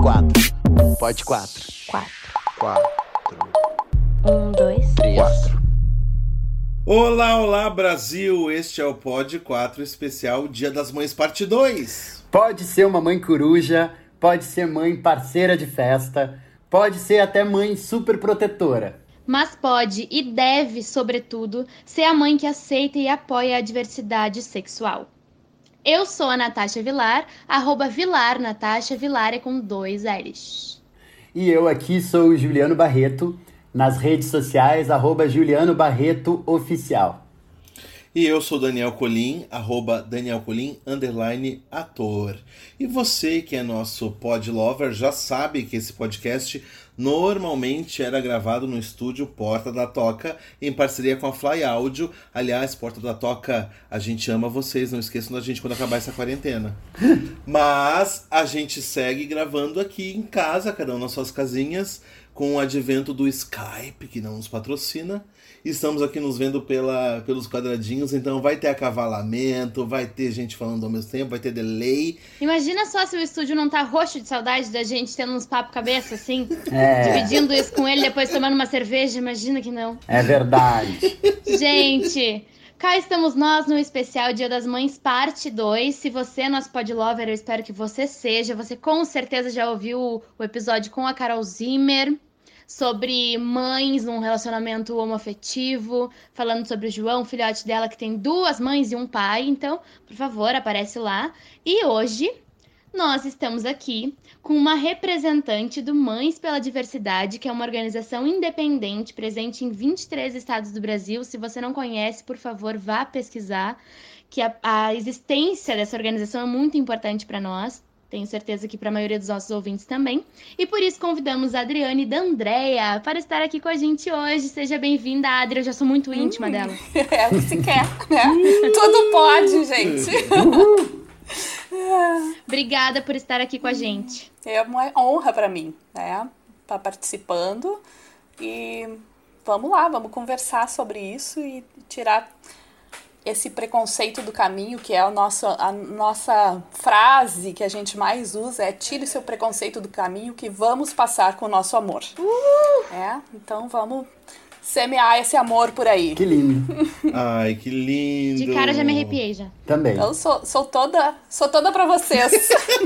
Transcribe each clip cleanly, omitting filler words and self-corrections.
Quatro. Pode quatro. Quatro. Quatro. 1, 2, 3. Quatro. Olá, Brasil! Este é o Pod 4 especial Dia das Mães, parte 2. Pode ser uma mãe coruja, pode ser mãe parceira de festa, pode ser até mãe super protetora. Mas pode e deve, sobretudo, ser a mãe que aceita e apoia a diversidade sexual. Eu sou a Natasha Vilar, @VilarNatasha, Vilar é com 2 L's. E eu aqui sou o Juliano Barreto, nas redes sociais, @JulianoBarretoOficial. E eu sou Daniel Colim, @DanielColim, _ator. E você que é nosso pod lover já sabe que esse podcast normalmente era gravado no estúdio Porta da Toca, em parceria com a Fly Áudio. Aliás, Porta da Toca, a gente ama vocês, não esqueçam da gente quando acabar essa quarentena. Mas a gente segue gravando aqui em casa, cada um nas suas casinhas, com o advento do Skype, que não nos patrocina. Estamos aqui nos vendo pelos quadradinhos, então vai ter acavalamento, vai ter gente falando ao mesmo tempo, vai ter delay. Imagina só se o estúdio não tá roxo de saudade da gente tendo uns papo cabeça assim, dividindo isso com ele, depois tomando uma cerveja, imagina que não. É verdade. Gente, cá estamos nós no especial Dia das Mães, parte 2. Se você é nosso pod lover, eu espero que você seja. Você com certeza já ouviu o episódio com a Carol Zimmer, sobre mães num relacionamento homoafetivo, falando sobre o João, filhote dela, que tem 2 mães e um pai. Então, por favor, aparece lá. E hoje nós estamos aqui com uma representante do Mães pela Diversidade, que é uma organização independente, presente em 23 estados do Brasil. Se você não conhece, por favor, vá pesquisar, que a existência dessa organização é muito importante para nós. Tenho certeza que para a maioria dos nossos ouvintes também. E por isso convidamos a Adriane D'Andrea para estar aqui com a gente hoje. Seja bem-vinda, Adri. Eu já sou muito íntima dela. É o que se quer, né? Tudo pode, gente. Obrigada por estar aqui com a gente. É uma honra para mim, né? Estar participando. E vamos lá, vamos conversar sobre isso e tirar esse preconceito do caminho, que é a nossa frase que a gente mais usa, é: tire seu preconceito do caminho que vamos passar com o nosso amor. Então vamos semear esse amor por aí. Que lindo. Ai, que lindo. De cara já me arrepiei já. Também. Então sou toda pra vocês.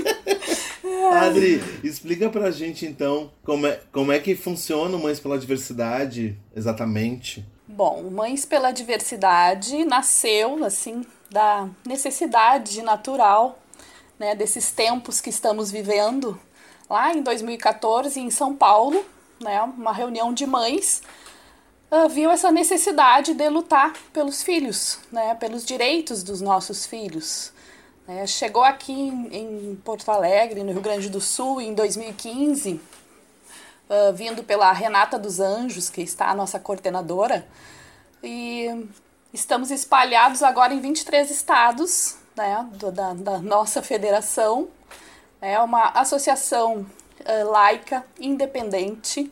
Adri, explica pra gente então como é que funciona o Mães pela Diversidade exatamente. Bom, Mães pela Diversidade nasceu, assim, da necessidade natural, né, desses tempos que estamos vivendo. Lá em 2014, em São Paulo, né, uma reunião de mães viu essa necessidade de lutar pelos filhos, né, pelos direitos dos nossos filhos. Chegou aqui em Porto Alegre, no Rio Grande do Sul, em 2015... vindo pela Renata dos Anjos, que está a nossa coordenadora, e estamos espalhados agora em 23 estados, né, da nossa federação. É uma associação laica, independente,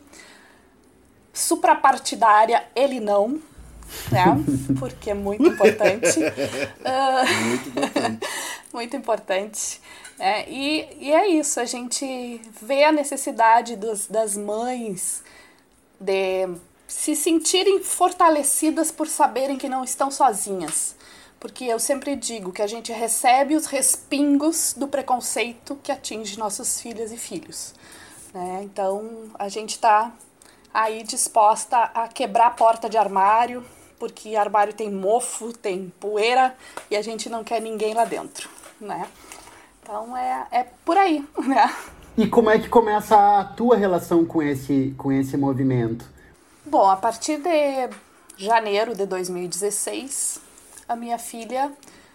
suprapartidária, ele não, né, porque é muito importante. Muito importante. Muito importante. E é isso, a gente vê a necessidade das mães de se sentirem fortalecidas por saberem que não estão sozinhas. Porque eu sempre digo que a gente recebe os respingos do preconceito que atinge nossos filhas e filhos. Então a gente está aí disposta a quebrar a porta de armário, porque armário tem mofo, tem poeira, e a gente não quer ninguém lá dentro, né? Então é por aí, né? E como é que começa a tua relação com esse movimento? Bom, a partir de janeiro de 2016, a minha filha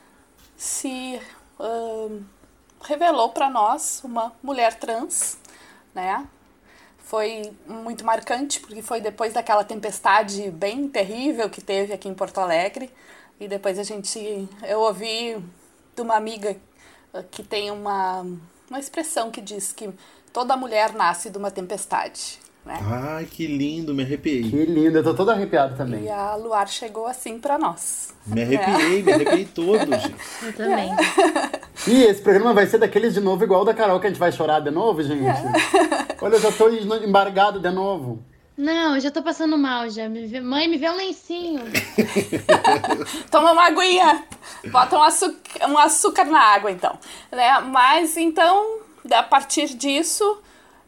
se revelou para nós uma mulher trans, né? Foi muito marcante, porque foi depois daquela tempestade bem terrível que teve aqui em Porto Alegre. E depois eu ouvi de uma amiga que tem uma expressão que diz que toda mulher nasce de uma tempestade, né? Ai, que lindo, me arrepiei. Que lindo, eu tô todo arrepiado também. E a Luar chegou assim pra nós. Me arrepiei todo, gente. Eu também. Ih, esse programa vai ser daqueles de novo, igual o da Carol, que a gente vai chorar de novo, gente? Olha, eu já tô embargado de novo. Não, eu já tô passando mal já. Mãe, me vê um lencinho. Toma uma aguinha. Bota um açúcar na água, então. Né? Mas, então, a partir disso,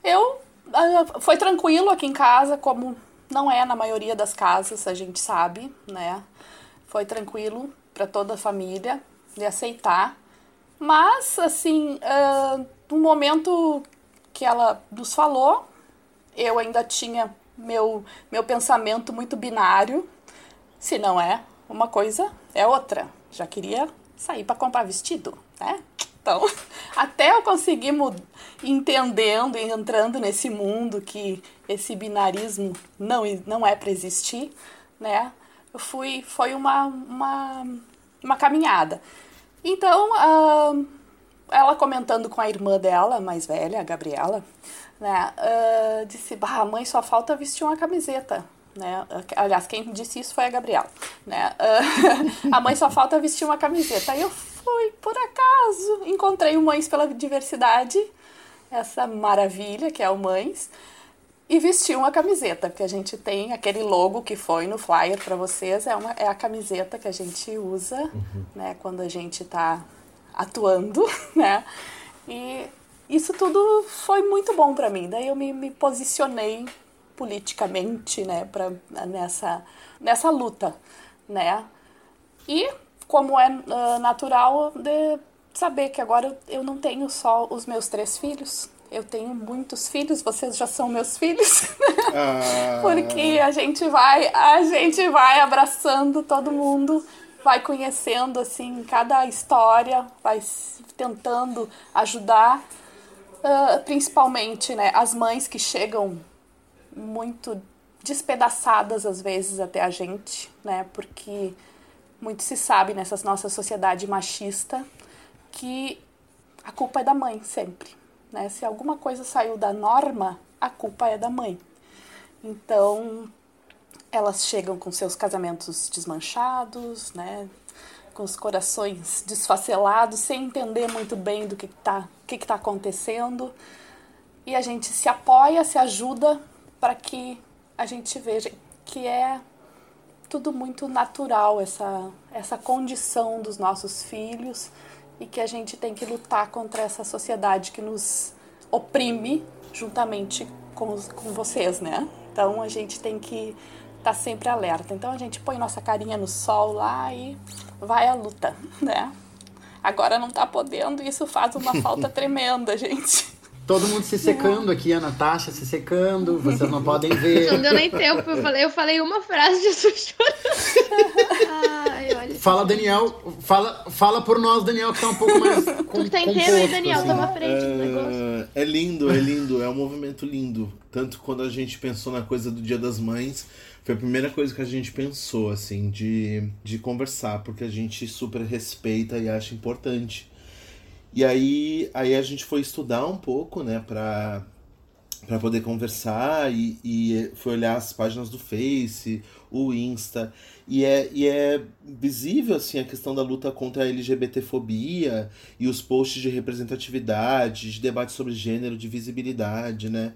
foi tranquilo aqui em casa, como não é na maioria das casas, a gente sabe, né? Foi tranquilo para toda a família de aceitar. Mas, assim, no momento que ela nos falou, eu ainda tinha meu pensamento muito binário. Se não é uma coisa, é outra. Já queria sair para comprar vestido, né? Então, até eu conseguir entendendo e entrando nesse mundo que esse binarismo não é para existir, né? Foi uma caminhada. Então, ela comentando com a irmã dela, mais velha, a Gabriela, né, disse, a mãe, só falta vestir uma camiseta. Né? Aliás, quem disse isso foi a Gabriela. Né? A mãe só falta vestir uma camiseta. Aí eu fui, por acaso, encontrei o Mães pela Diversidade, essa maravilha que é o Mães, e vesti uma camiseta, porque a gente tem aquele logo que foi no flyer para vocês, é a camiseta que a gente usa, né, quando a gente está atuando, né? E isso tudo foi muito bom para mim. Daí eu me posicionei politicamente, né, nessa luta, né? E como é natural de saber que agora eu não tenho só os meus 3 filhos, eu tenho muitos filhos, vocês já são meus filhos, porque a gente vai abraçando todo mundo, vai conhecendo assim cada história, vai tentando ajudar, principalmente, né, as mães que chegam muito despedaçadas às vezes até a gente, né, porque muito se sabe nessa nossa sociedade machista que a culpa é da mãe sempre, né? Se alguma coisa saiu da norma, a culpa é da mãe. Então, elas chegam com seus casamentos desmanchados, né? Com os corações desfacelados, sem entender muito bem do que tá acontecendo. E a gente se apoia, se ajuda para que a gente veja que é tudo muito natural, essa condição dos nossos filhos, e que a gente tem que lutar contra essa sociedade que nos oprime juntamente com vocês, né? Então a gente tem que estar sempre alerta. Então a gente põe nossa carinha no sol lá e vai à luta, né? Agora não tá podendo e isso faz uma falta tremenda, gente. Todo mundo se secando aqui, a Natasha se secando, vocês não podem ver. Não deu nem tempo, eu falei uma frase de assustou. Ai, olha. Fala, Daniel, fala por nós, Daniel, que tá um pouco mais Tu tá inteiro aí, Daniel, assim. toma frente do negócio. É lindo, é um movimento lindo. Tanto quando a gente pensou na coisa do Dia das Mães, foi a primeira coisa que a gente pensou, assim, de conversar, porque a gente super respeita e acha importante. E aí a gente foi estudar um pouco, né, pra poder conversar e foi olhar as páginas do Face, o Insta, e é visível, assim, a questão da luta contra a LGBTfobia e os posts de representatividade, de debate sobre gênero, de visibilidade, né,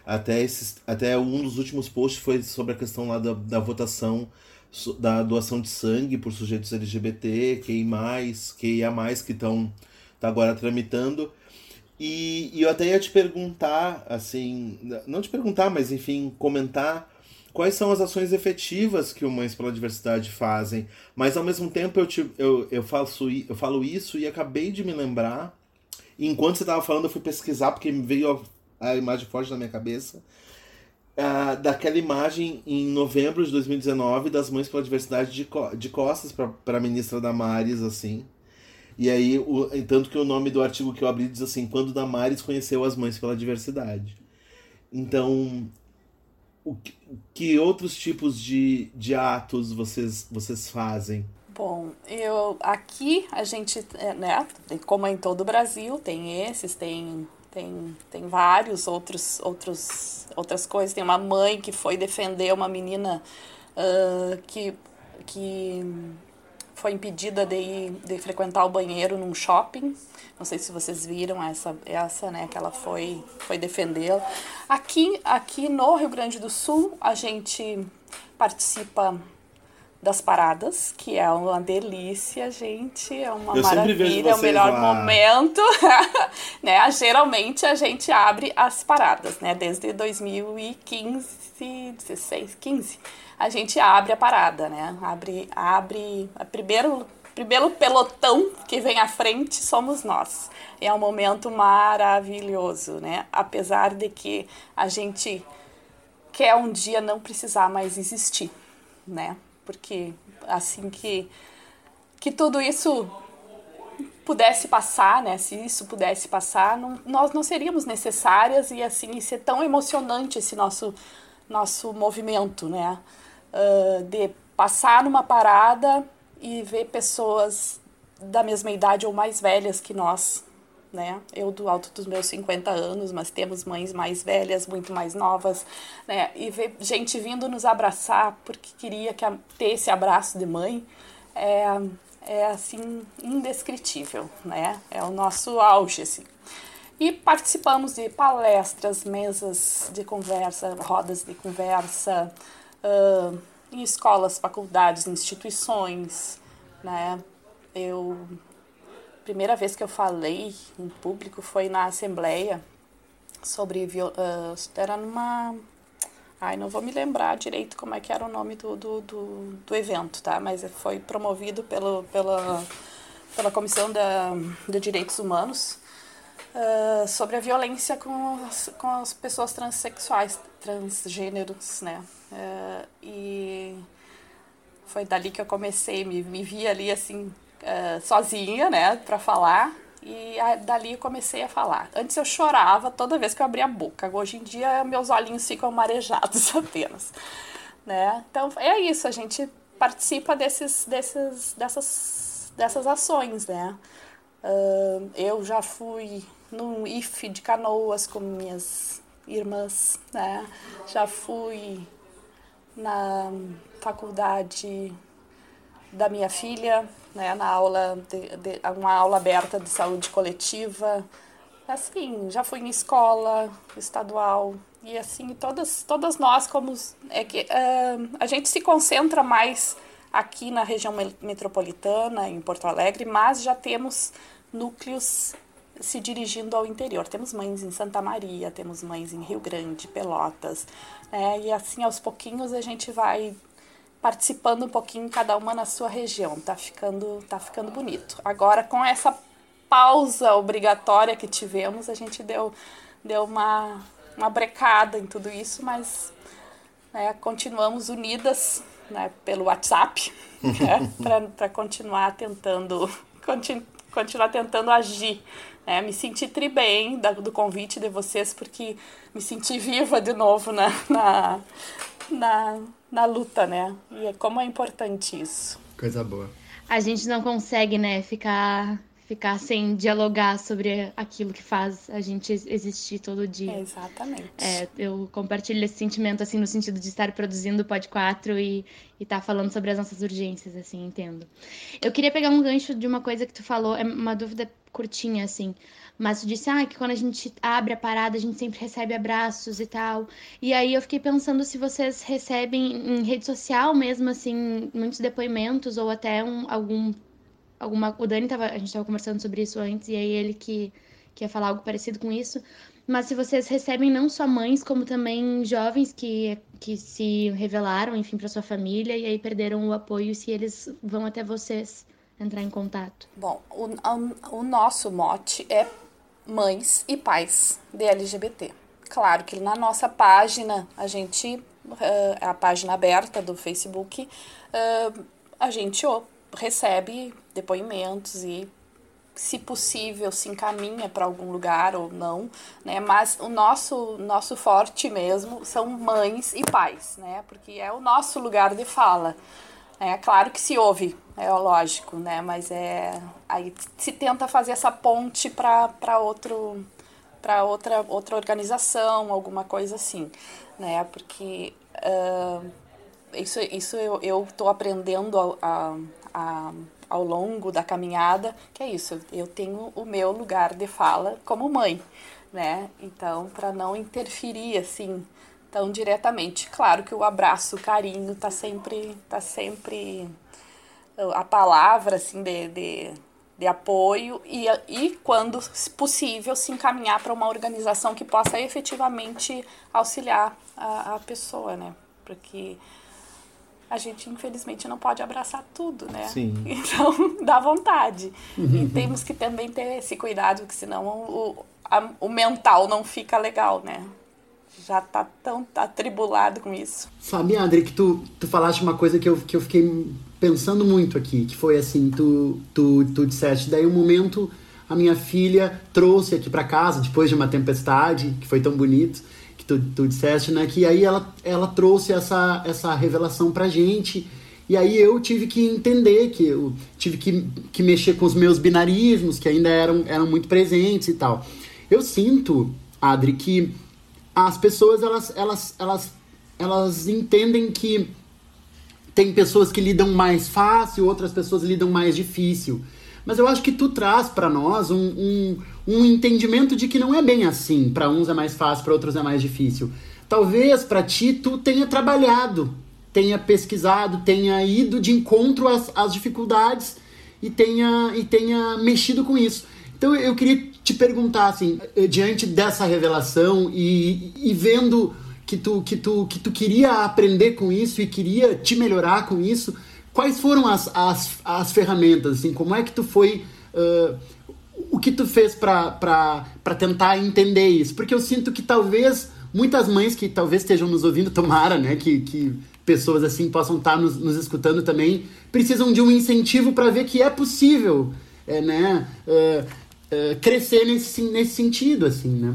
até um dos últimos posts foi sobre a questão lá da votação da doação de sangue por sujeitos LGBT, QIA+, que estão agora tramitando. E eu até ia te perguntar, assim, não te perguntar, mas enfim, comentar quais são as ações efetivas que o Mães pela Diversidade fazem. Mas ao mesmo tempo eu falo isso e acabei de me lembrar, e enquanto você estava falando eu fui pesquisar, porque me veio a imagem forte na minha cabeça, daquela imagem em novembro de 2019 das Mães pela Diversidade de costas para a ministra Damares, assim. E aí, tanto que o nome do artigo que eu abri diz assim, quando Damares conheceu as Mães pela Diversidade. Então, que outros tipos de atos vocês fazem? Bom, aqui a gente, né, como é em todo o Brasil, tem esses, tem vários outras coisas. Tem uma mãe que foi defender uma menina que foi impedida de frequentar o banheiro num shopping. Não sei se vocês viram essa, né, que ela foi defendê-la. Aqui no Rio Grande do Sul, a gente participa das paradas, que é uma delícia, gente, é uma maravilha, é o melhor momento, né? Geralmente a gente abre as paradas, né? Desde 2015, 16, 15, a gente abre a parada, né? Abre primeiro pelotão que vem à frente somos nós. É um momento maravilhoso, né? Apesar de que a gente quer um dia não precisar mais existir, né? Porque assim que tudo isso pudesse passar, né? Se isso pudesse passar, nós não seríamos necessárias e assim, ser tão emocionante esse nosso movimento, né? De passar numa parada e ver pessoas da mesma idade ou mais velhas que nós, né? Eu do alto dos meus 50 anos, mas temos mães mais velhas, muito mais novas, né? E ver gente vindo nos abraçar porque queria ter esse abraço de mãe é assim, indescritível, né? É o nosso auge, assim. E participamos de palestras, mesas de conversa, rodas de conversa, em escolas, faculdades, instituições, né? Primeira vez que eu falei em público foi na Assembleia sobre... era numa... Ai, não vou me lembrar direito como é que era o nome do evento, tá? Mas foi promovido pela Comissão de Direitos Humanos sobre a violência com as pessoas transexuais, transgêneros, né? E foi dali que eu comecei, me vi ali assim... sozinha, né, para falar, e dali eu comecei a falar. Antes eu chorava toda vez que eu abria a boca, hoje em dia meus olhinhos ficam marejados apenas, né? Então é isso, a gente participa dessas ações, né? Eu já fui no IF de Canoas com minhas irmãs, né? Já fui na faculdade da minha filha, né, na aula uma aula aberta de saúde coletiva, assim, já fui em escola estadual e assim todas nós a gente se concentra mais aqui na região metropolitana, em Porto Alegre, mas já temos núcleos se dirigindo ao interior. Temos mães em Santa Maria, temos mães em Rio Grande, Pelotas, né, e assim aos pouquinhos a gente vai participando um pouquinho, cada uma na sua região. Tá ficando bonito. Agora, com essa pausa obrigatória que tivemos, a gente deu uma brecada em tudo isso, mas né, continuamos unidas, né, pelo WhatsApp, né, para continuar tentando agir. Né, me senti bem do convite de vocês, porque me senti viva de novo na luta, né? E como é importante isso. Coisa boa. A gente não consegue, né, ficar sem dialogar sobre aquilo que faz a gente existir todo dia. Exatamente. Eu compartilho esse sentimento, assim, no sentido de estar produzindo o Pod 4 e estar falando sobre as nossas urgências, assim, entendo. Eu queria pegar um gancho de uma coisa que tu falou, é uma dúvida curtinha, assim, mas tu disse, que quando a gente abre a parada, a gente sempre recebe abraços e tal. E aí eu fiquei pensando se vocês recebem em rede social mesmo, assim, muitos depoimentos ou até o Dani a gente estava conversando sobre isso antes, e aí ele que ia falar algo parecido com isso. Mas se vocês recebem não só mães, como também jovens que se revelaram, enfim, para sua família, e aí perderam o apoio, se eles vão até vocês entrar em contato. Bom, o nosso mote é mães e pais de LGBT. Claro que na nossa página, a página aberta do Facebook, a gente recebe depoimentos e, se possível, se encaminha para algum lugar ou não, né? Mas o nosso forte mesmo são mães e pais, né? Porque é o nosso lugar de fala. É claro que se ouve, é lógico, né? Mas aí se tenta fazer essa ponte para outra organização, alguma coisa assim, né? Porque Isso eu tô aprendendo ao longo da caminhada, que é isso, eu tenho o meu lugar de fala como mãe, né? Então, para não interferir, assim, tão diretamente. Claro que o abraço, o carinho, tá sempre a palavra, assim, de apoio e, quando possível, se encaminhar para uma organização que possa efetivamente auxiliar a pessoa, né? Porque a gente, infelizmente, não pode abraçar tudo, né? Sim. Então, dá vontade. E temos que também ter esse cuidado, porque senão o mental não fica legal, né? Já tá tão atribulado com isso. Sabe, André, que tu falaste uma coisa que eu fiquei pensando muito aqui, que foi assim, tu disseste, daí um momento a minha filha trouxe aqui pra casa, depois de uma tempestade, que foi tão bonito, que tu disseste, né, que aí ela trouxe essa revelação pra gente, e aí eu tive que entender, que eu tive que mexer com os meus binarismos, que ainda eram muito presentes e tal. Eu sinto, Adri, que as pessoas, elas entendem que tem pessoas que lidam mais fácil, outras pessoas lidam mais difícil. Mas eu acho que tu traz para nós um entendimento de que não é bem assim. Para uns é mais fácil, para outros é mais difícil. Talvez para ti tu tenha trabalhado, tenha pesquisado, tenha ido de encontro às dificuldades e tenha mexido com isso. Então eu queria te perguntar, assim, diante dessa revelação e vendo que tu queria aprender com isso e queria te melhorar com isso, quais foram as ferramentas, assim, como é que tu foi, o que tu fez para tentar entender isso? Porque eu sinto que talvez muitas mães que talvez estejam nos ouvindo, tomara, né, que pessoas assim possam estar nos escutando também, precisam de um incentivo para ver que é possível, né, crescer nesse sentido, assim, né?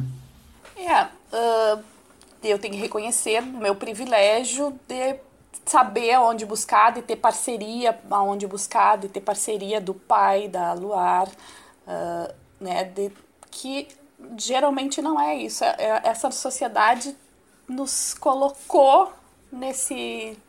Eu tenho que reconhecer o meu privilégio de saber aonde buscar, de ter parceria aonde buscar, de ter parceria do pai, da Luar, né, que geralmente não é isso. Essa sociedade nos colocou nesse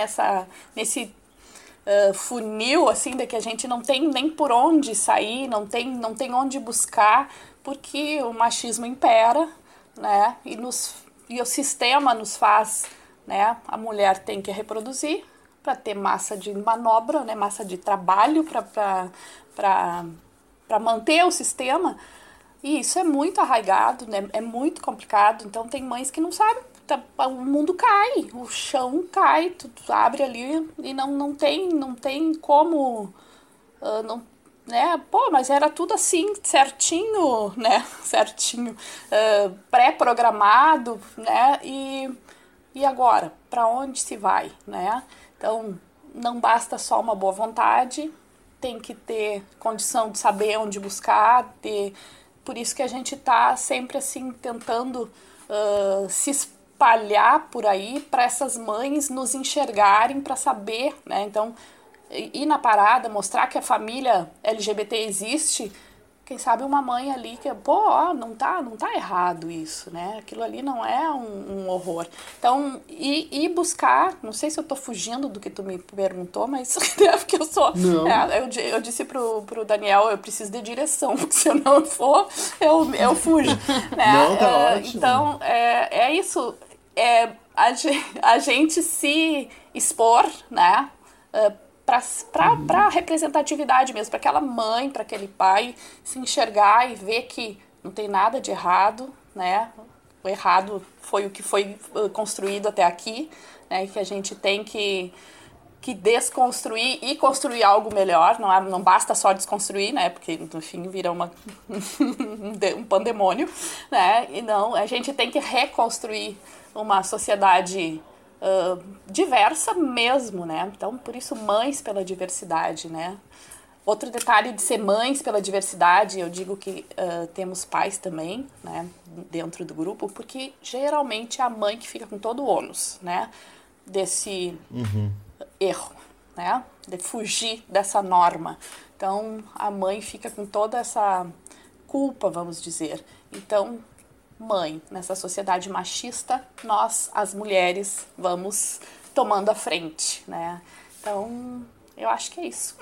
funil, assim, de que a gente não tem nem por onde sair, não tem onde buscar, porque o machismo impera, né, e o sistema nos faz, né, a mulher tem que reproduzir para ter massa de manobra, né, massa de trabalho para manter o sistema, e isso é muito arraigado, né, é muito complicado. Então tem mães que não sabem, o mundo cai, o chão cai, tu abre ali e não tem como, né, mas era tudo assim, certinho, né, pré-programado, né, e agora, para onde se vai, né? Então, não basta só uma boa vontade, tem que ter condição de saber onde buscar, por isso que a gente está sempre assim, tentando se espalhar por aí, para essas mães nos enxergarem, para saber, né, então, ir na parada, mostrar que a família LGBT existe, quem sabe uma mãe ali que, não tá errado isso, né? Aquilo ali não é um horror. Então, e buscar, não sei se eu tô fugindo do que tu me perguntou, mas é porque eu sou... eu disse pro Daniel, eu preciso de direção, porque se eu não for, eu fujo. Né? Não, tá ótimo. Então, é isso, a gente se expor, né? Para representatividade mesmo, para aquela mãe, para aquele pai se enxergar e ver que não tem nada de errado, né? O errado foi o que foi construído até aqui, né? Que a gente tem que desconstruir e construir algo melhor, não basta só desconstruir, né? Porque no fim vira um pandemônio, né? E não, a gente tem que reconstruir uma sociedade diversa mesmo, né? Então, por isso, mães pela diversidade, né? Outro detalhe de ser mães pela diversidade, eu digo que temos pais também, né? Dentro do grupo, porque geralmente é a mãe que fica com todo o ônus, né? Desse erro, né? De fugir dessa norma. Então, a mãe fica com toda essa culpa, vamos dizer. Então, mãe, nessa sociedade machista, nós, as mulheres, vamos tomando a frente, né? Então, eu acho que é isso.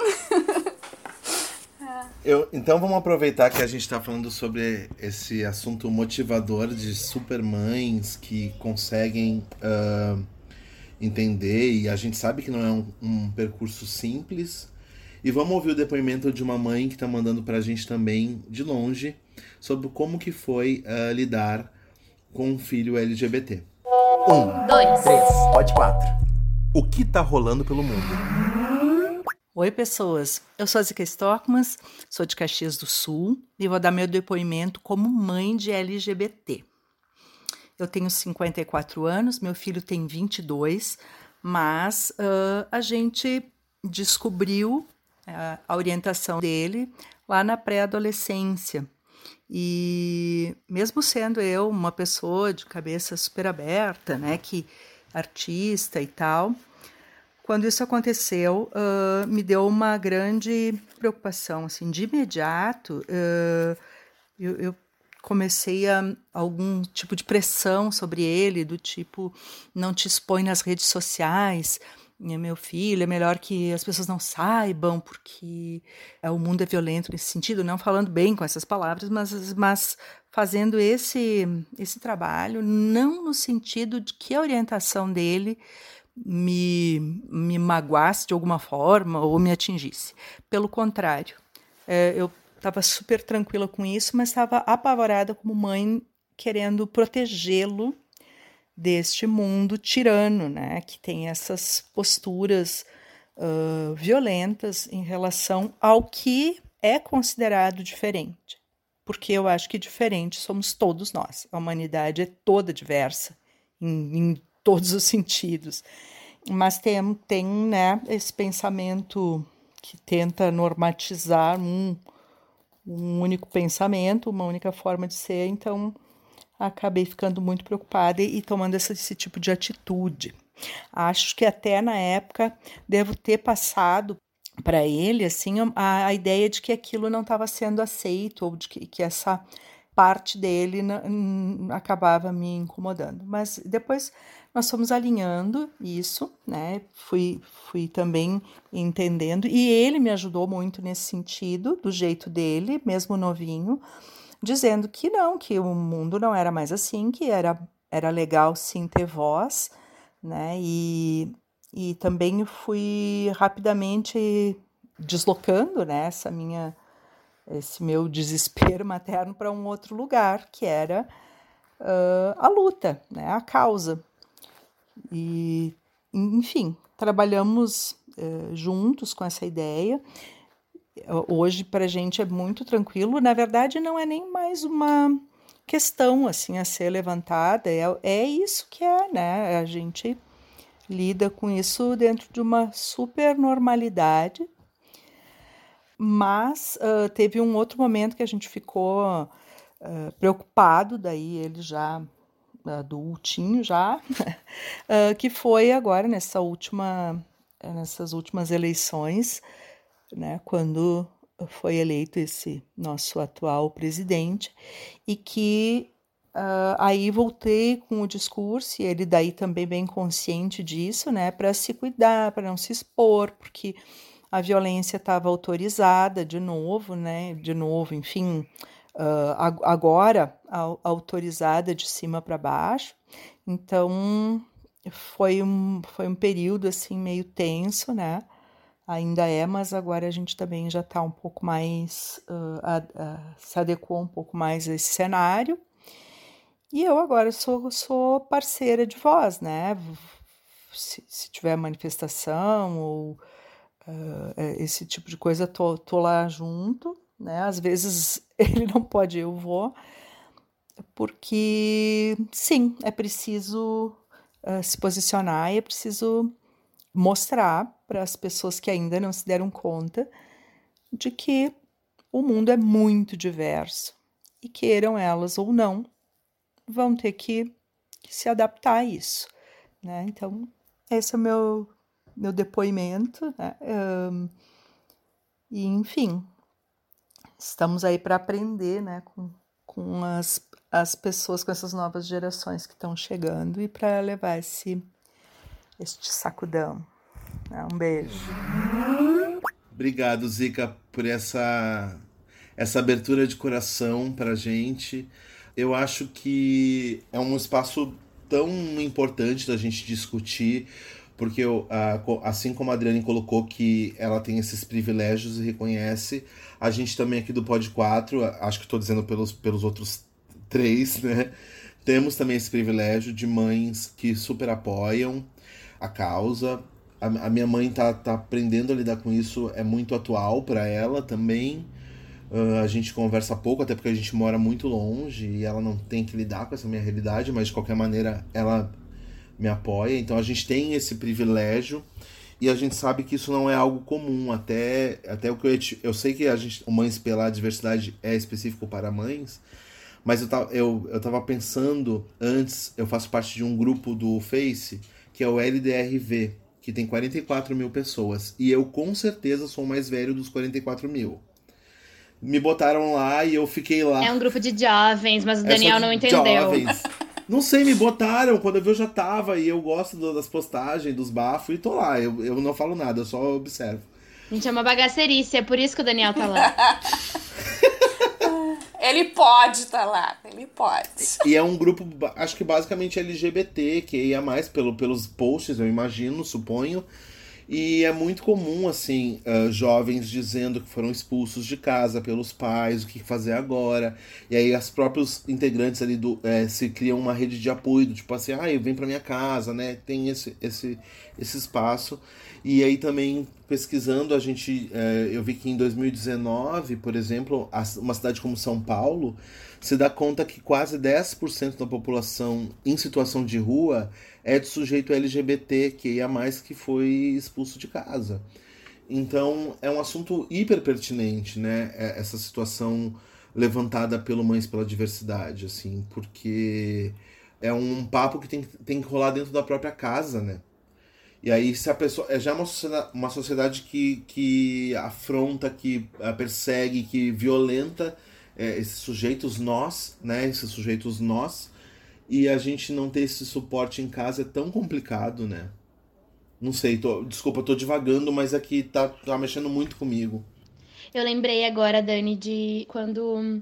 Então vamos aproveitar que a gente está falando sobre esse assunto motivador de supermães que conseguem entender, e a gente sabe que não é um percurso simples. E vamos ouvir o depoimento de uma mãe que está mandando para a gente também, de longe, sobre como que foi lidar com um filho LGBT. 1, 2, 3, pode 4. O que tá rolando pelo mundo? Oi, pessoas. Eu sou a Zica Stockmans, sou de Caxias do Sul e vou dar meu depoimento como mãe de LGBT. Eu tenho 54 anos, meu filho tem 22, mas a gente descobriu a orientação dele lá na pré-adolescência. E mesmo sendo eu uma pessoa de cabeça super aberta, né, que artista e tal, quando isso aconteceu, me deu uma grande preocupação. Assim, de imediato, eu comecei algum tipo de pressão sobre ele, do tipo, não te expõe nas redes sociais, meu filho, é melhor que as pessoas não saibam, porque o mundo é violento nesse sentido, não falando bem com essas palavras, mas fazendo esse trabalho, não no sentido de que a orientação dele me magoasse de alguma forma ou me atingisse. Pelo contrário, eu estava super tranquila com isso, mas estava apavorada como mãe, querendo protegê-lo deste mundo tirano, né, que tem essas posturas violentas em relação ao que é considerado diferente. Porque eu acho que diferente somos todos nós. A humanidade é toda diversa, em todos os sentidos. Mas tem né, esse pensamento que tenta normatizar um único pensamento, uma única forma de ser. Então, acabei ficando muito preocupada e tomando esse tipo de atitude. Acho que até na época devo ter passado para ele assim, a ideia de que aquilo não estava sendo aceito, ou de que essa parte dele acabava me incomodando. Mas depois nós fomos alinhando isso, né? Fui também entendendo, e ele me ajudou muito nesse sentido, do jeito dele, mesmo novinho, dizendo que não, que o mundo não era mais assim, que era legal sim ter voz, né? E também fui rapidamente deslocando, né, esse meu desespero materno para um outro lugar, que era a luta, né, a causa. E, enfim, trabalhamos juntos com essa ideia. Hoje, para a gente, é muito tranquilo. Na verdade, não é nem mais uma questão assim a ser levantada. É isso que é, né? A gente lida com isso dentro de uma super normalidade. Mas teve um outro momento que a gente ficou preocupado, daí ele já adultinho já, que foi agora nessas últimas eleições, né, quando foi eleito esse nosso atual presidente, e que aí voltei com o discurso, e ele daí também bem consciente disso, né, para se cuidar, para não se expor, porque a violência estava autorizada de novo, né, enfim, agora autorizada de cima para baixo. Então foi um período assim meio tenso, né? Ainda é, mas agora a gente também já está um pouco mais se adequou um pouco mais a esse cenário. E eu agora sou parceira de voz, né? Se tiver manifestação ou esse tipo de coisa, tô lá junto, né? Às vezes ele não pode, eu vou, porque sim, é preciso se posicionar e é preciso mostrar para as pessoas que ainda não se deram conta de que o mundo é muito diverso e, queiram elas ou não, vão ter que se adaptar a isso, né? Então, esse é o meu depoimento, né? E, enfim, estamos aí para aprender, né, com as pessoas, com essas novas gerações que estão chegando, e para levar esse este sacudão. Um beijo. Obrigado, Zica, por essa abertura de coração pra gente. Eu acho que é um espaço tão importante da gente discutir, porque assim como a Adriane colocou que ela tem esses privilégios e reconhece, a gente também aqui do Pod 4, acho que estou dizendo pelos outros 3, né? Temos também esse privilégio de mães que super apoiam a causa. A minha mãe tá aprendendo a lidar com isso, é muito atual para ela também. A gente conversa pouco, até porque a gente mora muito longe e ela não tem que lidar com essa minha realidade, mas de qualquer maneira ela me apoia. Então a gente tem esse privilégio e a gente sabe que isso não é algo comum. Até o que eu sei que o Mães pela Diversidade é específico para mães, mas eu tava pensando antes, eu faço parte de um grupo do Face, que é o LDRV, que tem 44 mil pessoas. E eu com certeza sou o mais velho dos 44 mil. Me botaram lá e eu fiquei lá. É um grupo de jovens, mas o Daniel não entendeu. Jovens. Não sei, me botaram. Quando eu vi eu já tava. E eu gosto das postagens, dos bafos. E tô lá. Eu não falo nada, eu só observo. Gente, é uma bagacerice. É por isso que o Daniel tá lá. Ele pode estar lá. Ele pode. E é um grupo, acho que basicamente LGBT, que ia mais pelos posts, eu imagino, suponho. E é muito comum, assim, jovens dizendo que foram expulsos de casa pelos pais, o que fazer agora. E aí os próprios integrantes ali se criam uma rede de apoio, do tipo assim, vem pra minha casa, né? Tem esse espaço. E aí também, pesquisando, eu vi que em 2019, por exemplo, uma cidade como São Paulo, se dá conta que quase 10% da população em situação de rua é de sujeito LGBT, que foi expulso de casa. Então, é um assunto hiper pertinente, né? Essa situação levantada pelo Mães pela Diversidade, assim, porque é um papo que tem que rolar dentro da própria casa, né? E aí, se a pessoa... É já uma sociedade que afronta, que persegue, que violenta esses sujeitos nós, né? Esses sujeitos nós. E a gente não ter esse suporte em casa é tão complicado, né? Não sei, desculpa, eu tô divagando, mas aqui tá mexendo muito comigo. Eu lembrei agora, Dani, de quando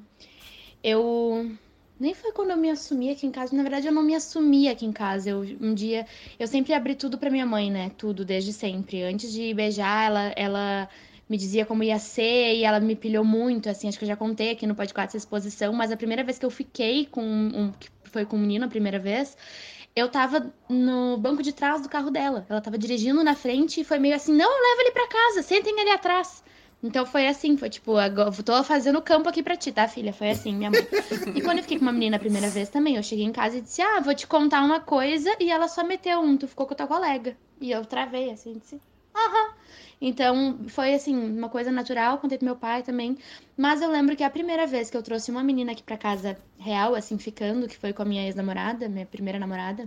eu... Nem foi quando eu me assumi aqui em casa. Na verdade, eu não me assumi aqui em casa. Um dia... Eu sempre abri tudo pra minha mãe, né? Tudo, desde sempre. Antes de beijar, ela me dizia como ia ser e ela me pilhou muito, assim. Acho que eu já contei aqui no podcast essa exposição. Mas a primeira vez que eu fiquei que foi com um menino a primeira vez, eu tava no banco de trás do carro dela. Ela tava dirigindo na frente e foi meio assim, não, leva ele pra casa, sentem ali atrás. Então foi assim, foi tipo, tô fazendo campo aqui pra ti, tá, filha? Foi assim, minha mãe. E quando eu fiquei com uma menina a primeira vez também, eu cheguei em casa e disse, vou te contar uma coisa, e ela só meteu tu ficou com a tua colega. E eu travei, assim, disse, aham. Então, foi assim, uma coisa natural, contei pro meu pai também. Mas eu lembro que a primeira vez que eu trouxe uma menina aqui pra casa real, assim, ficando, que foi com a minha ex-namorada, minha primeira namorada,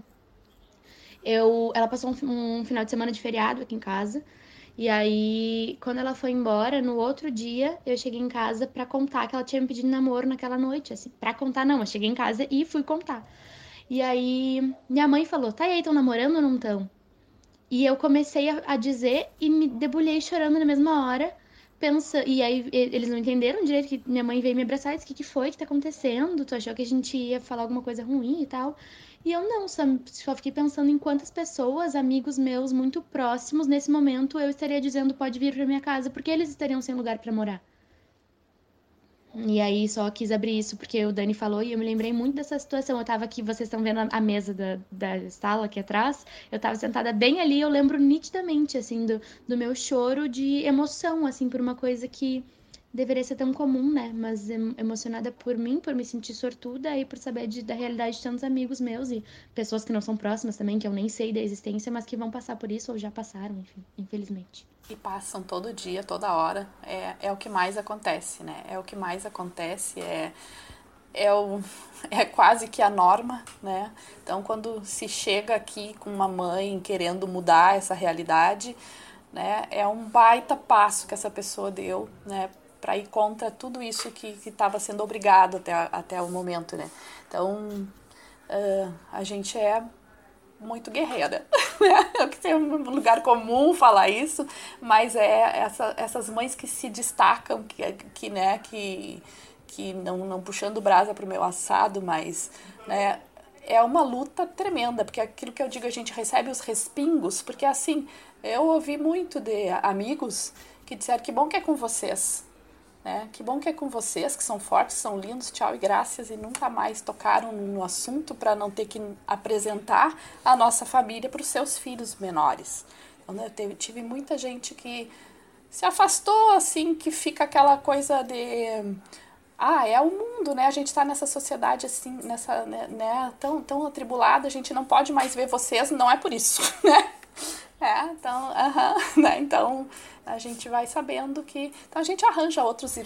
ela passou um final de semana de feriado aqui em casa. E aí, quando ela foi embora, no outro dia, eu cheguei em casa pra contar que ela tinha me pedido namoro naquela noite, assim. Pra contar, não, eu cheguei em casa e fui contar. E aí, minha mãe falou, tá, e aí, tão namorando ou não tão? E eu comecei a dizer e me debulhei chorando na mesma hora. E aí eles não entenderam direito, que minha mãe veio me abraçar e disse, o que foi que tá acontecendo? Tu achou que a gente ia falar alguma coisa ruim e tal? E eu não, só fiquei pensando em quantas pessoas, amigos meus muito próximos, nesse momento eu estaria dizendo, pode vir pra minha casa, porque eles estariam sem lugar pra morar. E aí só quis abrir isso porque o Dani falou e eu me lembrei muito dessa situação. Eu tava aqui, vocês estão vendo a mesa da sala aqui atrás, eu tava sentada bem ali, eu lembro nitidamente, assim, do meu choro de emoção, assim, por uma coisa que deveria ser tão comum, né? Mas emocionada por mim, por me sentir sortuda e por saber da realidade de tantos amigos meus e pessoas que não são próximas também, que eu nem sei da existência, mas que vão passar por isso ou já passaram, enfim, infelizmente. E passam todo dia, toda hora. É o que mais acontece, né? É o que mais acontece, é quase que a norma, né? Então, quando se chega aqui com uma mãe querendo mudar essa realidade, né? É um baita passo que essa pessoa deu, né? Para ir contra tudo isso que estava sendo obrigado até o momento, né? Então, a gente é muito guerreira, né? Eu que tenho um lugar comum falar isso, mas essas mães que se destacam, que não puxando brasa pro meu assado, mas, né, é uma luta tremenda, porque aquilo que eu digo, a gente recebe os respingos, porque assim, eu ouvi muito de amigos que disseram que bom que é com vocês, né? Que bom que é com vocês, que são fortes, são lindos, tchau e graças, e nunca mais tocaram no assunto para não ter que apresentar a nossa família para os seus filhos menores. Então, eu tive muita gente que se afastou, assim, que fica aquela coisa de... é o mundo, né? A gente está nessa sociedade, assim, né, tão atribulada, a gente não pode mais ver vocês, não é por isso, né? Né? Então, a gente vai sabendo que... Então, a gente arranja outros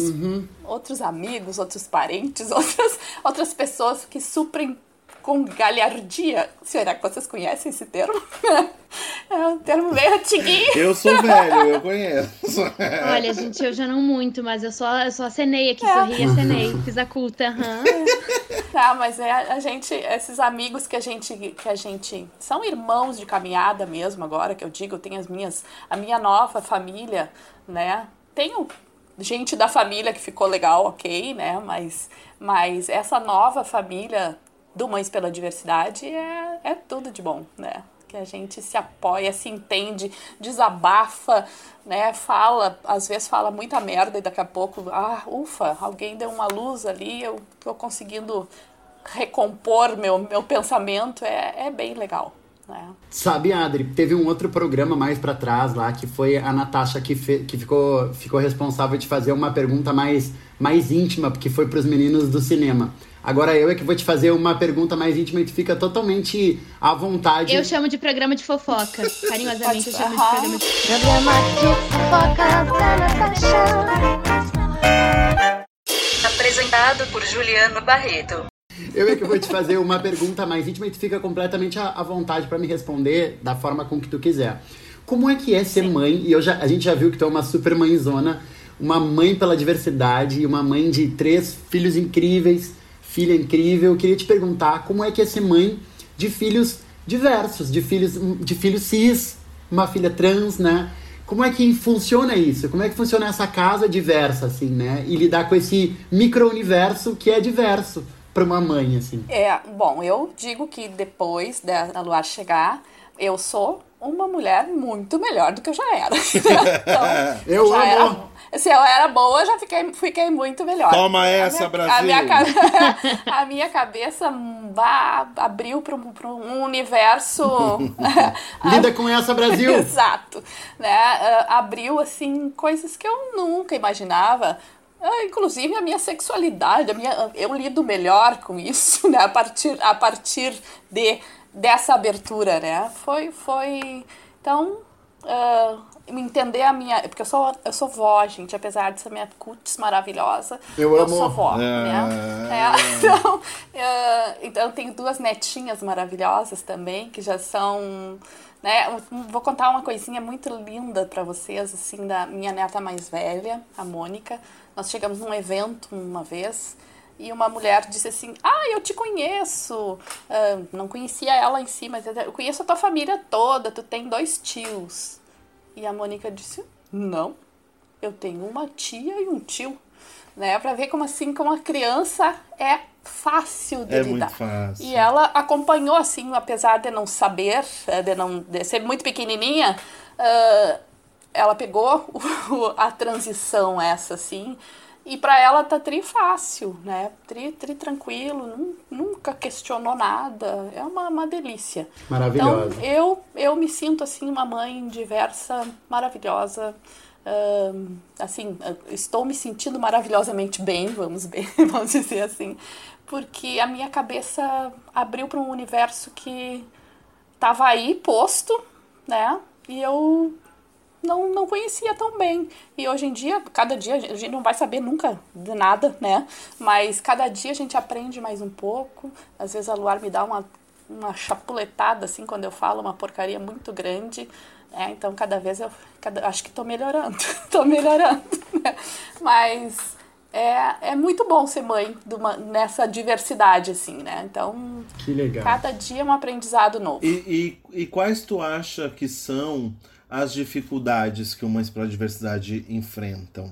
amigos, outros parentes, outras pessoas que suprem com galhardia. Será que vocês conhecem esse termo? É um termo meio antiguinho. Eu sou velho, eu conheço. Olha, gente, eu já não muito, mas eu só acenei aqui, sorri e acenei. Fiz a culta. Tá, mas a gente, esses amigos que a gente são irmãos de caminhada mesmo agora, que eu digo, eu tenho a minha nova família, né? Tenho gente da família que ficou legal, ok, né? Mas essa nova família do Mães pela Diversidade é tudo de bom, né? Que a gente se apoia, se entende, desabafa, né? Às vezes fala muita merda e daqui a pouco, ufa, alguém deu uma luz ali, eu tô conseguindo recompor meu pensamento, é bem legal, né? Sabe, Adri, teve um outro programa mais pra trás lá, que foi a Natasha que ficou responsável de fazer uma pergunta mais íntima, porque foi pros meninos do cinema. Agora eu é que vou te fazer uma pergunta mais íntima e tu fica totalmente à vontade. Eu chamo de programa de fofoca. Carinhosamente eu chamo de programa de fofoca. Programa de fofoca da Natasha. Apresentado por Juliano Barreto. Eu é que vou te fazer uma pergunta mais íntima e tu fica completamente à vontade pra me responder da forma com que tu quiser. Como é que é ser mãe? E a gente já viu que tu é uma super mãezona, uma mãe pela diversidade, uma mãe de 3 filhos incríveis, filha incrível. Eu queria te perguntar como é que é ser mãe de filhos diversos, de filhos cis, uma filha trans, né? Como é que funciona isso? Como é que funciona essa casa diversa, assim, né? E lidar com esse micro-universo que é diverso para uma mãe, assim. Bom, eu digo que depois da Luar chegar, eu sou uma mulher muito melhor do que eu já era. Então, se eu era boa, já fiquei muito melhor. Toma essa, Brasil! A minha cabeça abriu para um universo... Lida com essa, Brasil! Exato. Né? Abriu, assim, coisas que eu nunca imaginava. Inclusive a minha sexualidade, eu lido melhor com isso, né? A partir dessa abertura, né? Foi então, entender a minha... Porque eu sou vó, gente, apesar de ser minha cutis maravilhosa, eu sou vó, né? Então, eu tenho 2 netinhas maravilhosas também, que já são... Né? Vou contar uma coisinha muito linda para vocês, assim, da minha neta mais velha, a Mônica. Nós chegamos num evento uma vez e uma mulher disse assim, eu te conheço. Não conhecia ela em si, mas eu conheço a tua família toda, tu tem 2 tios. E a Mônica disse, não, eu tenho uma tia e um tio. Né? Para ver como assim, como a criança é fácil de lidar. Muito fácil. E ela acompanhou, assim, apesar de não saber, de ser muito pequenininha, ela pegou a transição essa, assim, e para ela tá fácil, né? Tranquilo, nunca questionou nada, é uma delícia. Maravilhosa. Então, eu me sinto, assim, uma mãe diversa, maravilhosa. Assim, estou me sentindo maravilhosamente bem, vamos dizer assim, porque a minha cabeça abriu para um universo que estava aí posto, né? E eu não conhecia tão bem. E hoje em dia, cada dia, a gente não vai saber nunca de nada, né? Mas cada dia a gente aprende mais um pouco. Às vezes a Luar me dá uma chapuletada, assim, quando eu falo uma porcaria muito grande. Então, cada vez acho que estou melhorando. Né? Mas é muito bom ser mãe nessa diversidade, assim, né? Então, Que legal. cada dia é um aprendizado novo. E quais tu acha que são as dificuldades que mães pela diversidade enfrentam?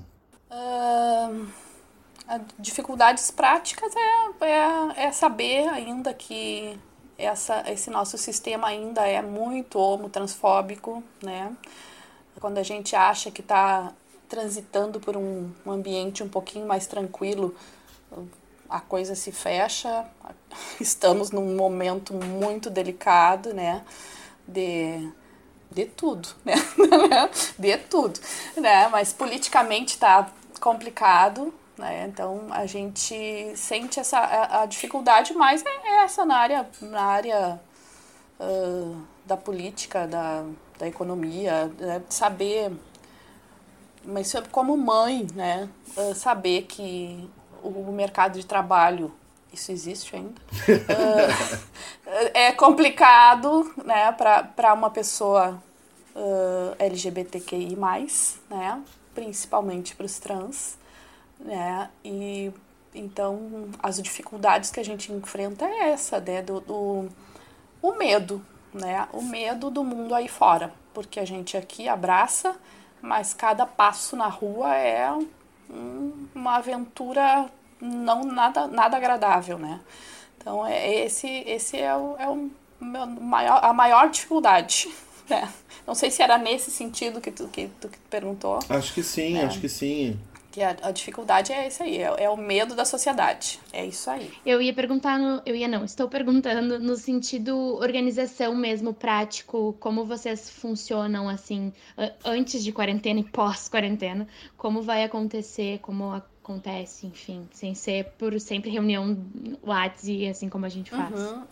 Dificuldades práticas é saber ainda que esse nosso sistema ainda é muito homotransfóbico, né? Quando a gente acha que está transitando por um ambiente um pouquinho mais tranquilo, a coisa se fecha. Estamos num momento muito delicado, né? De tudo, né? De tudo, né? Mas politicamente está complicado, né? Então a gente sente a dificuldade mais essa na área da política, da economia, né? Saber, mas como mãe, né? Saber que o mercado de trabalho, isso existe ainda, é complicado, né? Para uma pessoa LGBTQI+, né? Principalmente para os trans, né? E então as dificuldades que a gente enfrenta é essa, né? O medo, né? O medo do mundo aí fora, porque a gente aqui abraça, mas cada passo na rua é uma aventura nada agradável, né? Então esse é a maior dificuldade, né? Não sei se era nesse sentido que tu perguntou. Acho que sim. Que a dificuldade é isso aí, é o medo da sociedade, é isso aí. Estou perguntando no sentido organização mesmo, prático, como vocês funcionam, assim, antes de quarentena e pós-quarentena, como vai acontecer, como acontece, enfim, sem ser por sempre reunião WhatsApp, assim como a gente faz.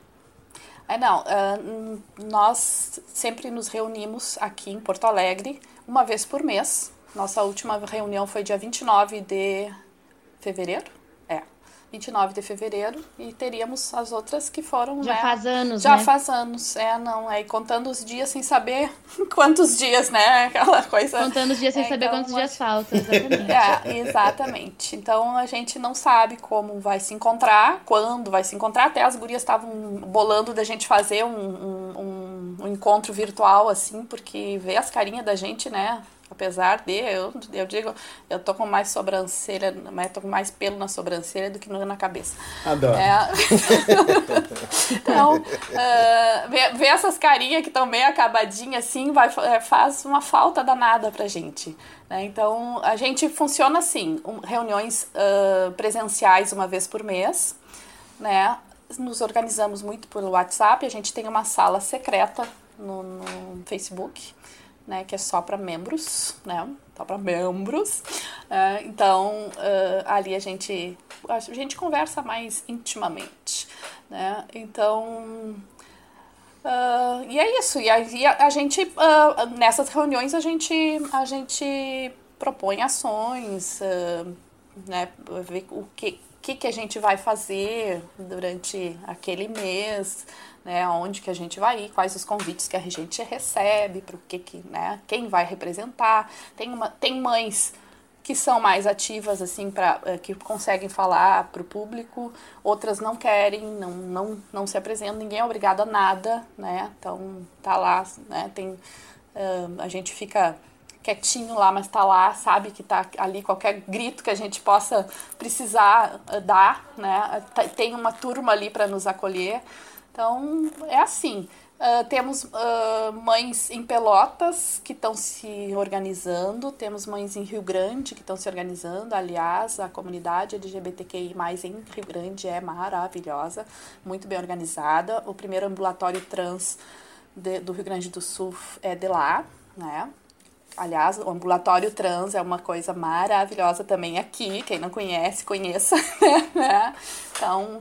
Nós sempre nos reunimos aqui em Porto Alegre, uma vez por mês. Nossa última reunião foi dia 29 de fevereiro. 29 de fevereiro. E teríamos as outras que foram, Já né? faz anos, Já né? faz anos. Aí contando os dias sem saber quantos dias, né? Aquela coisa. Contando os dias sem saber então, quantos dias faltam, exatamente. Exatamente. Então a gente não sabe como vai se encontrar, quando vai se encontrar. Até as gurias estavam bolando da gente fazer um encontro virtual, assim, porque ver as carinhas da gente, né? Apesar de, eu digo, eu tô com mais sobrancelha, mas tô com mais pelo na sobrancelha do que na cabeça. Adoro. Então, ver essas carinhas que estão meio acabadinhas assim, faz uma falta danada pra gente, né? Então, a gente funciona assim, reuniões presenciais uma vez por mês, né? Nos organizamos muito pelo WhatsApp, a gente tem uma sala secreta no Facebook, né, que é só para membros, né? Só para membros. Então, ali a gente conversa mais intimamente, né? Então, e é isso. E aí a gente, nessas reuniões, a gente propõe ações, né? Ver o que a gente vai fazer durante aquele mês, né, onde que a gente vai ir, quais os convites que a gente recebe, para o né, quem vai representar. Tem mães que são mais ativas, assim, que conseguem falar para o público, outras não querem, não se apresentam, ninguém é obrigado a nada, né, então tá lá, né, a gente fica quietinho lá, mas tá lá, sabe que tá ali, qualquer grito que a gente possa precisar dar, né, tem uma turma ali para nos acolher. Então, é assim, temos mães em Pelotas que estão se organizando, temos mães em Rio Grande que estão se organizando. Aliás, a comunidade LGBTQI+, em Rio Grande é maravilhosa, muito bem organizada. O primeiro ambulatório trans do Rio Grande do Sul é de lá, né? Aliás, o ambulatório trans é uma coisa maravilhosa também aqui, quem não conhece, conheça, né? Então,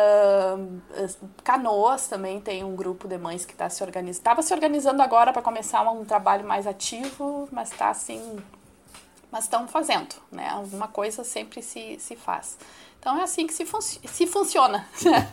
Canoas também tem um grupo de mães que estava se organizando agora para começar um trabalho mais ativo, mas está assim, mas estão fazendo, né? Alguma coisa sempre se faz. Então é assim que se funciona.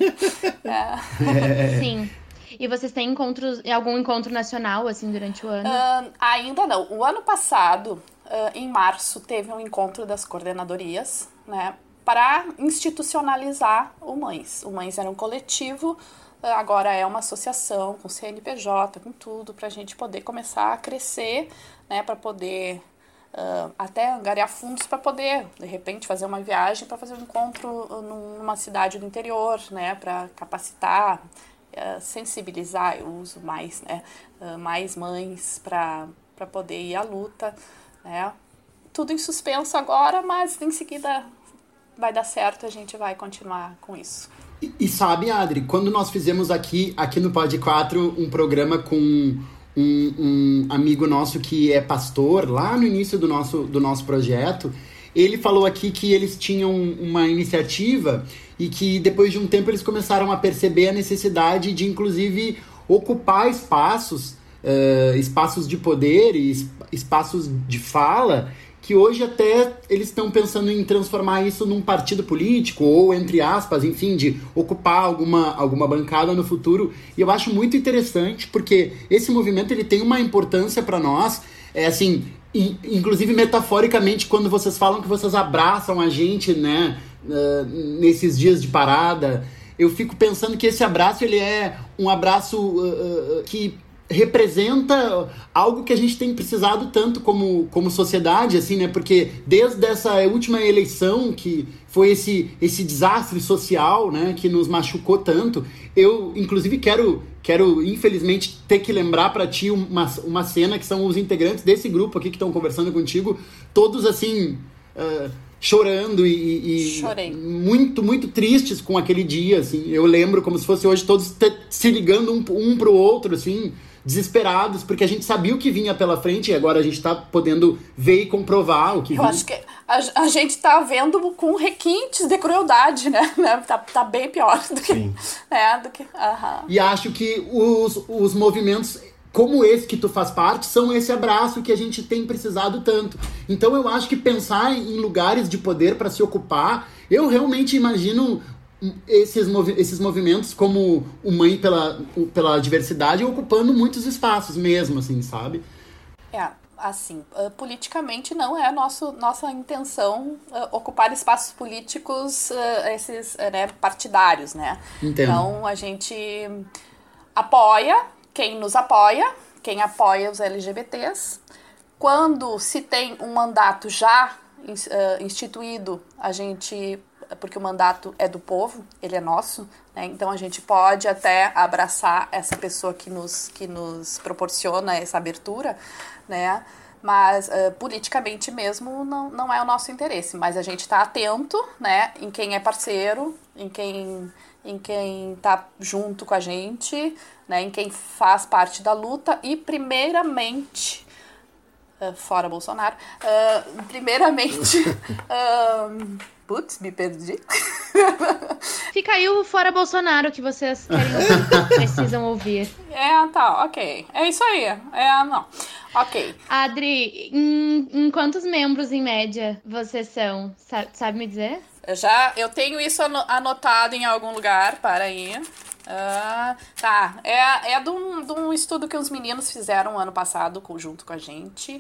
Sim. E vocês têm algum encontro nacional, assim, durante o ano? Ainda não. O ano passado, em março, teve um encontro das coordenadorias, né, para institucionalizar o Mães. O Mães era um coletivo, agora é uma associação com CNPJ, com tudo, para a gente poder começar a crescer, né, para poder até angariar fundos para poder, de repente, fazer uma viagem para fazer um encontro numa cidade do interior, né, para capacitar, sensibilizar, eu uso mais, né, mais mães para poder ir à luta, né. Tudo em suspenso agora, mas em seguida vai dar certo, a gente vai continuar com isso. E sabe, Adri, quando nós fizemos aqui no Pod 4 um programa com um amigo nosso que é pastor, lá no início do nosso projeto, ele falou aqui que eles tinham uma iniciativa e que depois de um tempo eles começaram a perceber a necessidade de, inclusive, ocupar espaços de poder e espaços de fala, que hoje até eles estão pensando em transformar isso num partido político, ou, entre aspas, enfim, de ocupar alguma bancada no futuro. E eu acho muito interessante, porque esse movimento ele tem uma importância para nós, assim, inclusive metaforicamente, quando vocês falam que vocês abraçam a gente, né, nesses dias de parada, eu fico pensando que esse abraço, ele é um abraço que representa algo que a gente tem precisado tanto como sociedade, assim, né? Porque desde essa última eleição, que foi esse desastre social, né, que nos machucou tanto, eu, inclusive, quero infelizmente, ter que lembrar para ti uma cena que são os integrantes desse grupo aqui que estão conversando contigo, todos, assim, chorando e muito, muito tristes com aquele dia, assim. Eu lembro como se fosse hoje todos se ligando um pro outro, assim, desesperados, porque a gente sabia o que vinha pela frente e agora a gente tá podendo ver e comprovar o que vinha. Eu acho que a gente tá vendo com requintes de crueldade, né? Tá bem pior do que... E acho que os movimentos como esse que tu faz parte são esse abraço que a gente tem precisado tanto. Então eu acho que pensar em lugares de poder para se ocupar, eu realmente imagino esses movimentos como o Mãe pela Diversidade ocupando muitos espaços mesmo, assim, sabe? Assim, politicamente não é nossa intenção ocupar espaços políticos esses, né, partidários, né? Entendo. Então a gente apoia quem nos apoia, quem apoia os LGBTs. Quando se tem um mandato já instituído, a gente... porque o mandato é do povo, ele é nosso, né? Então a gente pode até abraçar essa pessoa que nos proporciona essa abertura, né? Mas politicamente mesmo não é o nosso interesse, mas a gente está atento, né, em quem é parceiro, em quem está junto com a gente, né, em quem faz parte da luta e primeiramente... fora Bolsonaro, primeiramente, putz, me perdi. Fica aí o fora Bolsonaro que vocês querem ouvir, precisam ouvir. Tá, ok. É isso aí. Não. Ok. Adri, em quantos membros, em média, vocês são? Sabe me dizer? Eu tenho isso anotado em algum lugar, para aí. Tá, é de um estudo que os meninos fizeram ano passado, junto com a gente,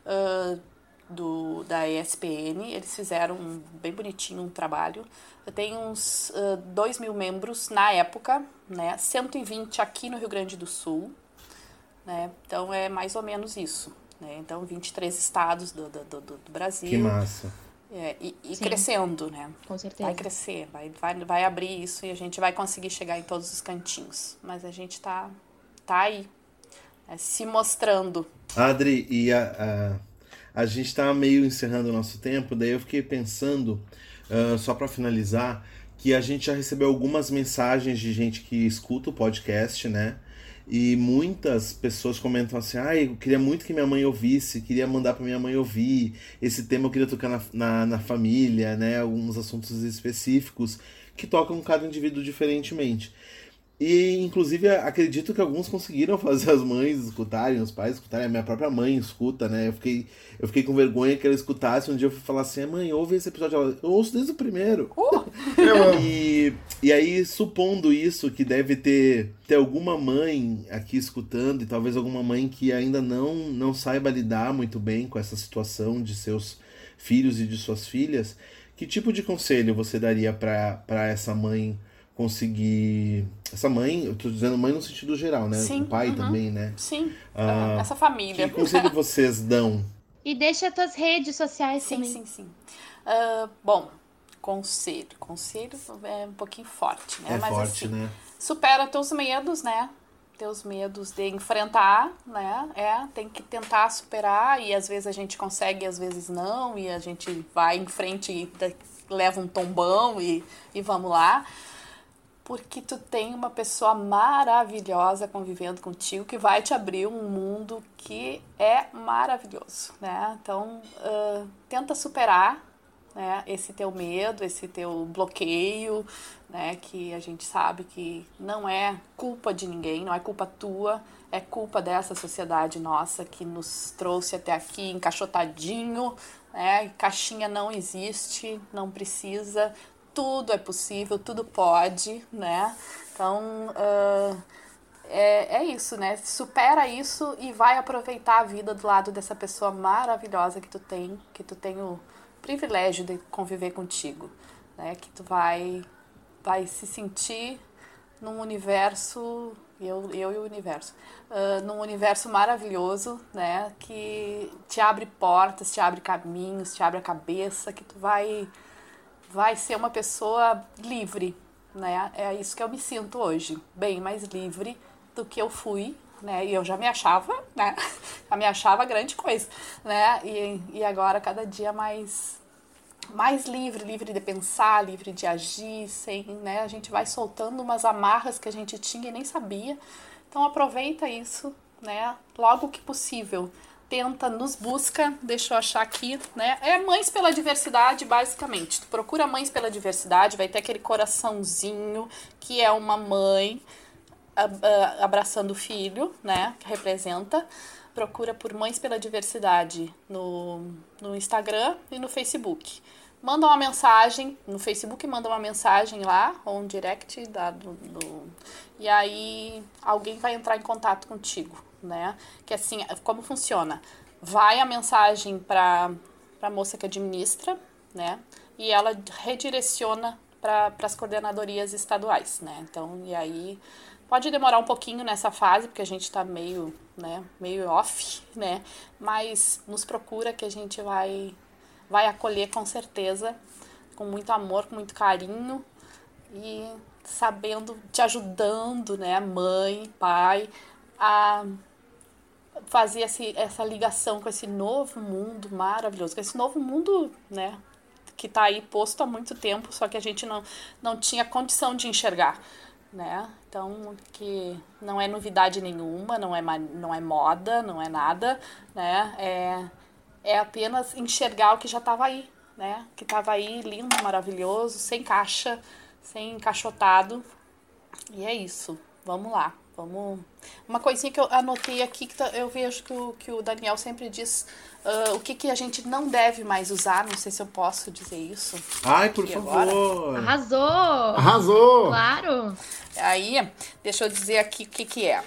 da ESPN. Eles fizeram bem bonitinho um trabalho. Tem uns 2.000 membros na época, né? 120 aqui no Rio Grande do Sul, né? Então é mais ou menos isso, né? Então 23 estados do Brasil. Que massa. E crescendo, né? Com certeza. Vai crescer, vai abrir isso e a gente vai conseguir chegar em todos os cantinhos. Mas a gente tá aí, se mostrando. Adri, e a gente tá meio encerrando o nosso tempo, daí eu fiquei pensando, só para finalizar, que a gente já recebeu algumas mensagens de gente que escuta o podcast, né? E muitas pessoas comentam assim, eu queria muito que minha mãe ouvisse, queria mandar para minha mãe ouvir, esse tema eu queria tocar na família, né, alguns assuntos específicos que tocam cada indivíduo diferentemente. E, inclusive, acredito que alguns conseguiram fazer as mães escutarem, os pais escutarem. A minha própria mãe escuta, né? Eu fiquei com vergonha que ela escutasse. Um dia eu fui falar assim, mãe, ouve esse episódio. Ela, eu ouço desde o primeiro. E aí, supondo isso, que deve ter alguma mãe aqui escutando, e talvez alguma mãe que ainda não saiba lidar muito bem com essa situação de seus filhos e de suas filhas, Que tipo de conselho você daria para essa mãe conseguir... Essa mãe, eu tô dizendo mãe no sentido geral, né? Sim, O pai também, né? Sim, essa família. Que conselho vocês dão? E deixa as tuas redes sociais Sim, também. sim. Bom, conselho é um pouquinho forte, né? É Mas forte, assim, né? supera teus medos, né? Teus medos de enfrentar, né? Tem que tentar superar, e às vezes a gente consegue, às vezes não, e a gente vai em frente e leva um tombão e vamos lá. Porque tu tem uma pessoa maravilhosa convivendo contigo, que vai te abrir um mundo que é maravilhoso, né? Então, tenta superar, né, esse teu medo, esse teu bloqueio, né, que a gente sabe que não é culpa de ninguém, não é culpa tua, é culpa dessa sociedade nossa que nos trouxe até aqui encaixotadinho, né? Caixinha não existe, não precisa, tudo é possível, tudo pode, né? Então, é isso, né? Supera isso e vai aproveitar a vida do lado dessa pessoa maravilhosa que tu tem o privilégio de conviver contigo, né? Que tu vai se sentir num universo, eu e o universo, num universo maravilhoso, né? Que te abre portas, te abre caminhos, te abre a cabeça, que tu vai ser uma pessoa livre, né? É isso que eu me sinto hoje, bem mais livre do que eu fui, né? E eu já me achava, né? Já me achava grande coisa, né? E agora cada dia mais livre de pensar, livre de agir, sem, né? A gente vai soltando umas amarras que a gente tinha e nem sabia. Então aproveita isso, né? Logo que possível. Tenta, nos busca, deixa eu achar aqui, né? É Mães pela Diversidade, basicamente. Tu procura Mães pela Diversidade, vai ter aquele coraçãozinho que é uma mãe abraçando o filho, né? Que representa. Procura por Mães pela Diversidade no Instagram e no Facebook. Manda uma mensagem no Facebook, manda uma mensagem lá, ou um direct e aí alguém vai entrar em contato contigo, né? Que assim, como funciona? Vai a mensagem para a moça que administra, né? E ela redireciona para as coordenadorias estaduais, né? Então, e aí pode demorar um pouquinho nessa fase, porque a gente está meio off, né? Mas nos procura que a gente vai acolher com certeza, com muito amor, com muito carinho e sabendo, te ajudando, né? Mãe, pai, a fazer essa ligação com esse novo mundo maravilhoso, com esse novo mundo, né? Que está aí posto há muito tempo, só que a gente não tinha condição de enxergar, né? Então, que não é novidade nenhuma, não é moda, não é nada, né? É apenas enxergar o que já estava aí, né? Que estava aí, lindo, maravilhoso, sem caixa, sem encaixotado. E é isso. Vamos lá. Uma coisinha que eu anotei aqui, que eu vejo que o Daniel sempre diz o que a gente não deve mais usar. Não sei se eu posso dizer isso. Ai, por favor. Arrasou! Arrasou! Claro! Aí, deixa eu dizer aqui o que é.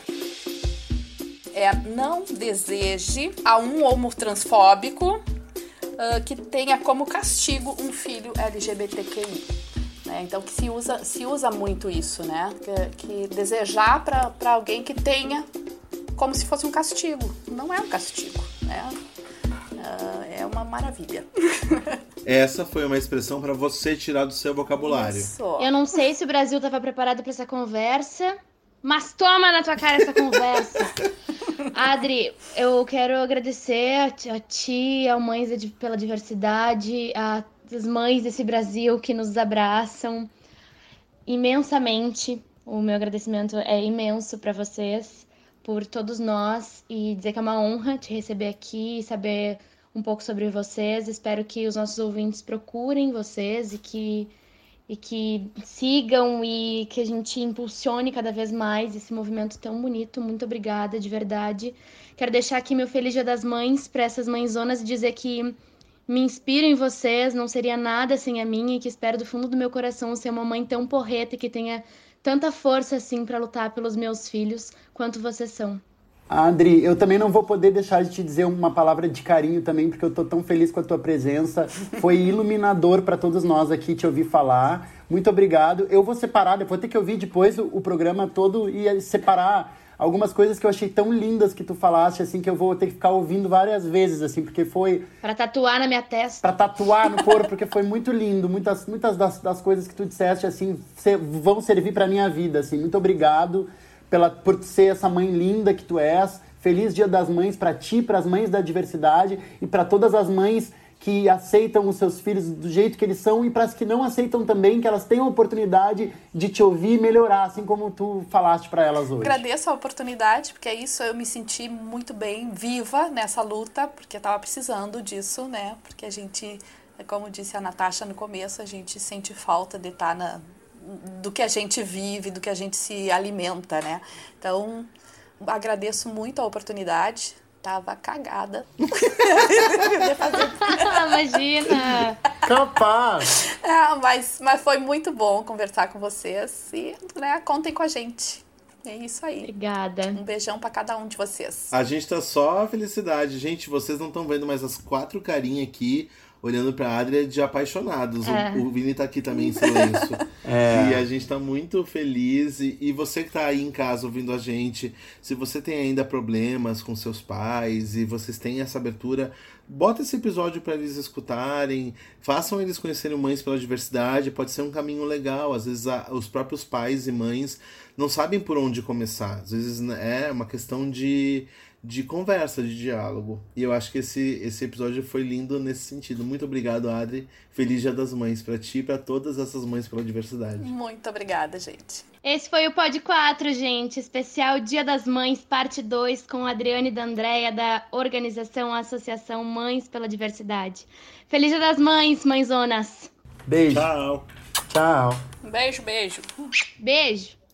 Não deseje a um homo transfóbico que tenha como castigo um filho LGBTQI. Né? Então, que se usa muito isso, né? Que desejar para alguém que tenha como se fosse um castigo. Não é um castigo, né? É uma maravilha. Essa foi uma expressão para você tirar do seu vocabulário. Isso. Eu não sei se o Brasil estava preparado para essa conversa, mas toma na tua cara essa conversa. Adri, eu quero agradecer a ti, ao Mães pela Diversidade, às mães desse Brasil que nos abraçam imensamente. O meu agradecimento é imenso para vocês, por todos nós, e dizer que é uma honra te receber aqui e saber um pouco sobre vocês. Espero que os nossos ouvintes procurem vocês e que sigam e que a gente impulsione cada vez mais esse movimento tão bonito. Muito obrigada, de verdade. Quero deixar aqui meu Feliz Dia das Mães para essas mãezonas e dizer que me inspiro em vocês, não seria nada sem a minha, e que espero do fundo do meu coração ser uma mãe tão porreta e que tenha tanta força assim para lutar pelos meus filhos quanto vocês são. Adri, eu também não vou poder deixar de te dizer uma palavra de carinho também, porque eu tô tão feliz com a tua presença. Foi iluminador para todos nós aqui te ouvir falar. Muito obrigado. Eu vou separar, eu vou ter que ouvir depois o programa todo e separar algumas coisas que eu achei tão lindas que tu falaste, assim, que eu vou ter que ficar ouvindo várias vezes, assim, porque foi... Pra tatuar na minha testa. Pra tatuar no corpo, porque foi muito lindo. Muitas das coisas que tu disseste, assim, vão servir pra minha vida, assim. Muito obrigado por ser essa mãe linda que tu és. Feliz Dia das Mães pra ti, pras mães da diversidade e pra todas as mães que aceitam os seus filhos do jeito que eles são e para as que não aceitam também, que elas tenham a oportunidade de te ouvir e melhorar, assim como tu falaste para elas hoje. Agradeço a oportunidade, porque é isso, eu me senti muito bem viva nessa luta, porque eu estava precisando disso, né? Porque a gente, como disse a Natasha no começo, a gente sente falta de estar do que a gente vive, do que a gente se alimenta, né? Então, agradeço muito a oportunidade. Tava cagada. Imagina! Capaz! Mas foi muito bom conversar com vocês e, né, contem com a gente. É isso aí. Obrigada. Um beijão pra cada um de vocês. A gente tá só felicidade. Gente, vocês não estão vendo mais as 4 carinhas aqui olhando pra Adria de apaixonados. O Vini tá aqui também em silêncio. E a gente tá muito feliz. E você que tá aí em casa ouvindo a gente, se você tem ainda problemas com seus pais e vocês têm essa abertura, bota esse episódio para eles escutarem, façam eles conhecerem Mães pela Diversidade, pode ser um caminho legal. Às vezes os próprios pais e mães não sabem por onde começar. Às vezes é uma questão de conversa, de diálogo. E eu acho que esse episódio foi lindo nesse sentido. Muito obrigado, Adri. Feliz Dia das Mães pra ti e pra todas essas mães pela diversidade. Muito obrigada, gente. Esse foi o Pod 4, gente. Especial Dia das Mães, parte 2, com a Adriane e da Andréia, da organização Associação Mães pela Diversidade. Feliz Dia das Mães, mãezonas. Beijo. Tchau. Tchau. Beijo, beijo. Beijo.